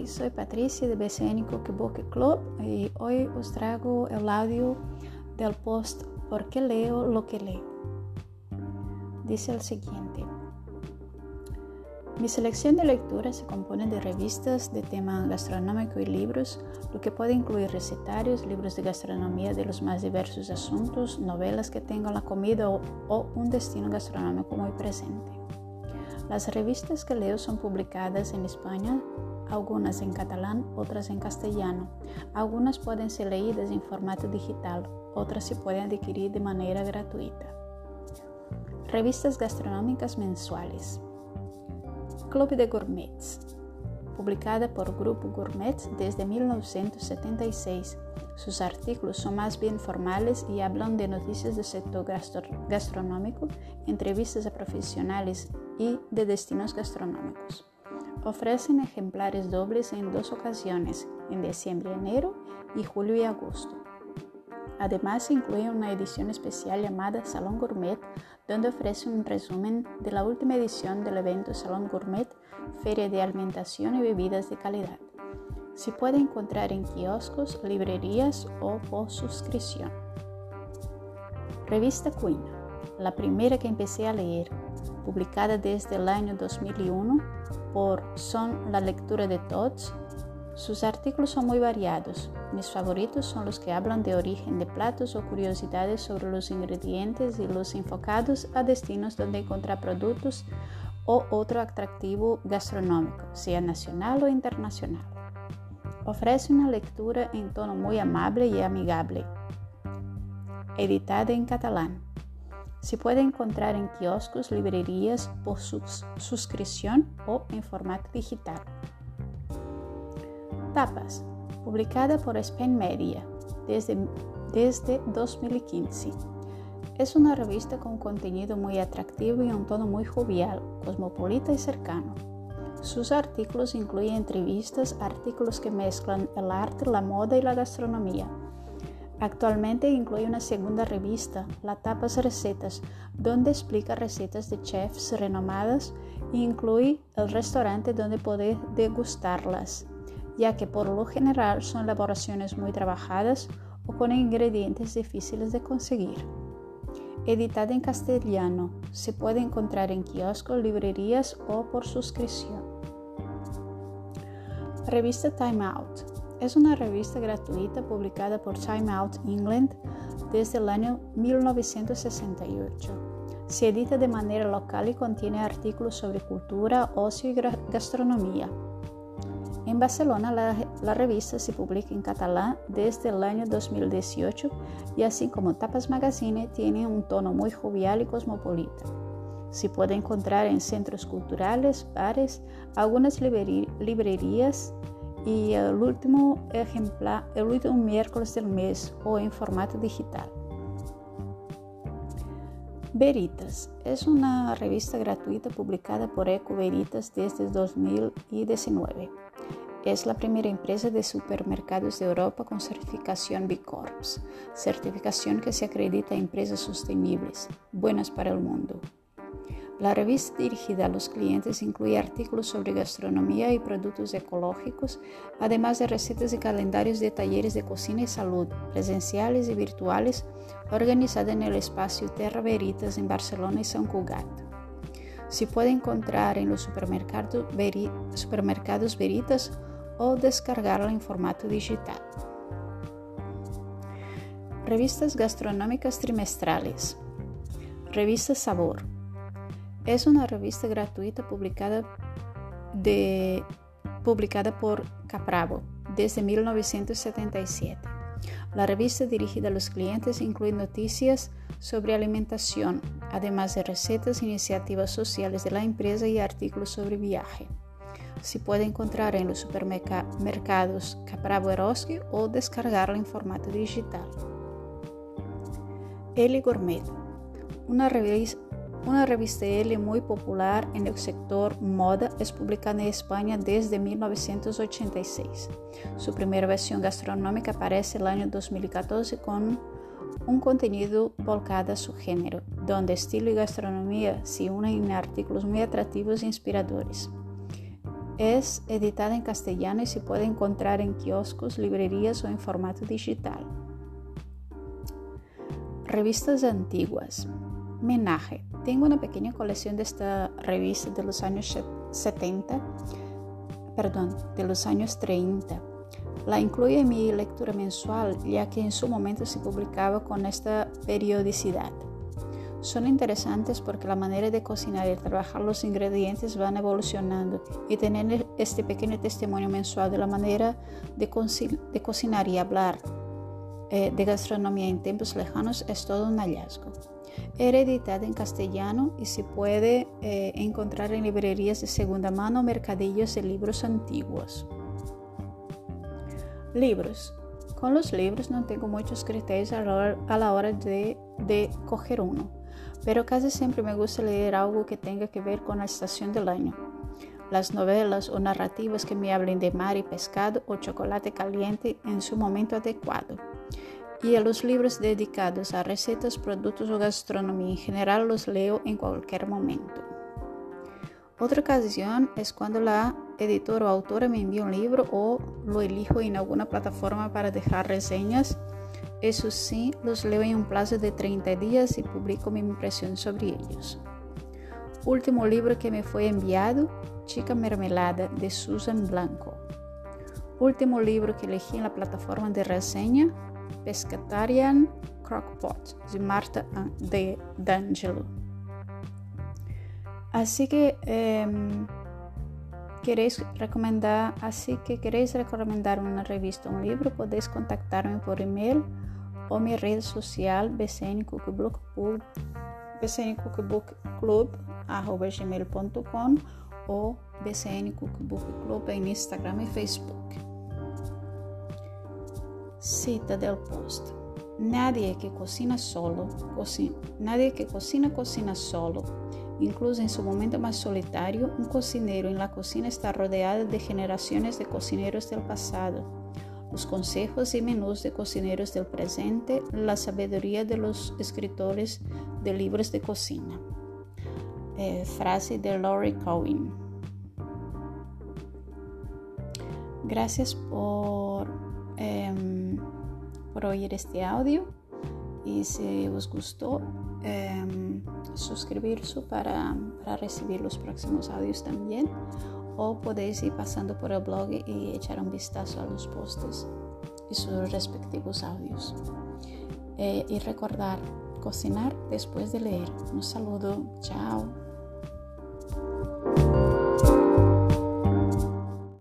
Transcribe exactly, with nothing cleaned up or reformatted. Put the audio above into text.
Oi, soy Patricia de B C N Cookbook Club y hoy os traigo el audio del post ¿Por qué leo lo que leo? Dice el siguiente. Mi selección de lectura se compone de revistas de tema gastronómico y libros, lo que puede incluir recetarios, libros de gastronomía de los más diversos asuntos, novelas que tengan la comida o, o un destino gastronómico muy presente. Las revistas que leo son publicadas en España, algunas en catalán, otras en castellano. Algunas pueden ser leídas en formato digital, otras se pueden adquirir de manera gratuita. Revistas gastronómicas mensuales. Club de Gourmets, publicada por Grupo Gourmet desde mil novecientos setenta y seis. Sus artículos son más bien formales y hablan de noticias del sector gastronómico, entrevistas a profesionales y de destinos gastronómicos. Ofrecen ejemplares dobles en dos ocasiones, en diciembre y enero y julio y agosto. Además, incluye una edición especial llamada Salón Gourmet, donde ofrece un resumen de la última edición del evento Salón Gourmet, Feria de Alimentación y Bebidas de Calidad. Se puede encontrar en kioscos, librerías o por suscripción. Revista Cuina, la primera que empecé a leer, publicada desde el año dos mil uno por Son la lectura de todos. Sus artículos son muy variados. Mis favoritos son los que hablan de origen de platos o curiosidades sobre los ingredientes y los enfocados a destinos donde encontrar productos o otro atractivo gastronómico, sea nacional o internacional. Ofrece una lectura en tono muy amable y amigable. Editada en catalán. Se puede encontrar en kioscos, librerías por sus- suscripción o en formato digital. Tapas, publicada por Spain Media desde, desde dos mil quince. Es una revista con contenido muy atractivo y un tono muy jovial, cosmopolita y cercano. Sus artículos incluyen entrevistas, artículos que mezclan el arte, la moda y la gastronomía. Actualmente incluye una segunda revista, La Tapas Recetas, donde explica recetas de chefs renomadas e incluye el restaurante donde poder degustarlas, ya que por lo general son elaboraciones muy trabajadas o con ingredientes difíciles de conseguir. Editada en castellano, se puede encontrar en kioscos, librerías o por suscripción. Revista Time Out. Es una revista gratuita publicada por Time Out England desde el año mil novecientos sesenta y ocho. Se edita de manera local y contiene artículos sobre cultura, ocio y gastronomía. En Barcelona, la, la revista se publica en catalán desde el año dos mil dieciocho y así como Tapas Magazine tiene un tono muy jovial y cosmopolita. Se puede encontrar en centros culturales, bares, algunas librerí, librerías y el último ejemplar el último miércoles del mes o en formato digital. Veritas es una revista gratuita publicada por Eco Veritas desde dos mil diecinueve. Es la primera empresa de supermercados de Europa con certificación B Corp, certificación que se acredita a empresas sostenibles, buenas para el mundo. La revista dirigida a los clientes incluye artículos sobre gastronomía y productos ecológicos, además de recetas y calendarios de talleres de cocina y salud, presenciales y virtuales, organizada en el espacio Terra Veritas en Barcelona y Sant Cugat. Se puede encontrar en los supermercados, Veri, supermercados Veritas o descargarla en formato digital. Revistas gastronómicas trimestrales. Revista Sabor. Es una revista gratuita publicada, de, publicada por Capravo desde mil novecientos setenta y siete. La revista dirigida a los clientes incluye noticias sobre alimentación, además de recetas, iniciativas sociales de la empresa y artículos sobre viaje. Se puede encontrar en los supermercados Capravo Eroski o descargarla en formato digital. Elle Gourmet, una revista Una revista Elle muy popular en el sector moda, es publicada en España desde mil novecientos ochenta y seis. Su primera versión gastronómica aparece el año dos mil catorce con un contenido volcado a su género, donde estilo y gastronomía se unen en artículos muy atractivos e inspiradores. Es editada en castellano y se puede encontrar en kioscos, librerías o en formato digital. Revistas antiguas. Menaje. Tengo una pequeña colección de esta revista de los años setenta, perdón, de los años treinta. La incluyo en mi lectura mensual, ya que en su momento se publicaba con esta periodicidad. Son interesantes porque la manera de cocinar y trabajar los ingredientes van evolucionando, y tener este pequeño testimonio mensual de la manera de, co- de cocinar y hablar eh, de gastronomía en tiempos lejanos es todo un hallazgo. Era editada en castellano y se puede eh, encontrar en librerías de segunda mano o mercadillos de libros antiguos. Libros. Con los libros no tengo muchos criterios a la hora, a la hora de, de coger uno, pero casi siempre me gusta leer algo que tenga que ver con la estación del año. Las novelas o narrativas que me hablen de mar y pescado o chocolate caliente en su momento adecuado. Y a los libros dedicados a recetas, productos o gastronomía en general los leo en cualquier momento. Otra ocasión es cuando la editora o autora me envía un libro o lo elijo en alguna plataforma para dejar reseñas. Eso sí, los leo en un plazo de treinta días y publico mi impresión sobre ellos. Último libro que me fue enviado, Chica Mermelada, de Susan Blanco. Último libro que elegí en la plataforma de reseña, Pescatarian Crockpot, de Marta de D'Angelo. Así que eh, queréis recomendar, así que queréis recomendar una revista o un libro, podéis contactarme por email o mi red social b c n cookbook club arroba gmail punto com o b c n cookbook club en Instagram y Facebook. Cita del post. Nadie que cocina solo, cocina, nadie que cocina cocina solo. Incluso en su momento más solitario, un cocinero en la cocina está rodeado de generaciones de cocineros del pasado, los consejos y menús de cocineros del presente, la sabiduría de los escritores de libros de cocina. Eh, frase de Laurie Cohen. Gracias por, eh, por oír este audio, y si os gustó, eh, suscribirse para, para recibir los próximos audios también, o podéis ir pasando por el blog y echar un vistazo a los posts y sus respectivos audios. Eh, y recordar, cocinar después de leer. Un saludo, chao.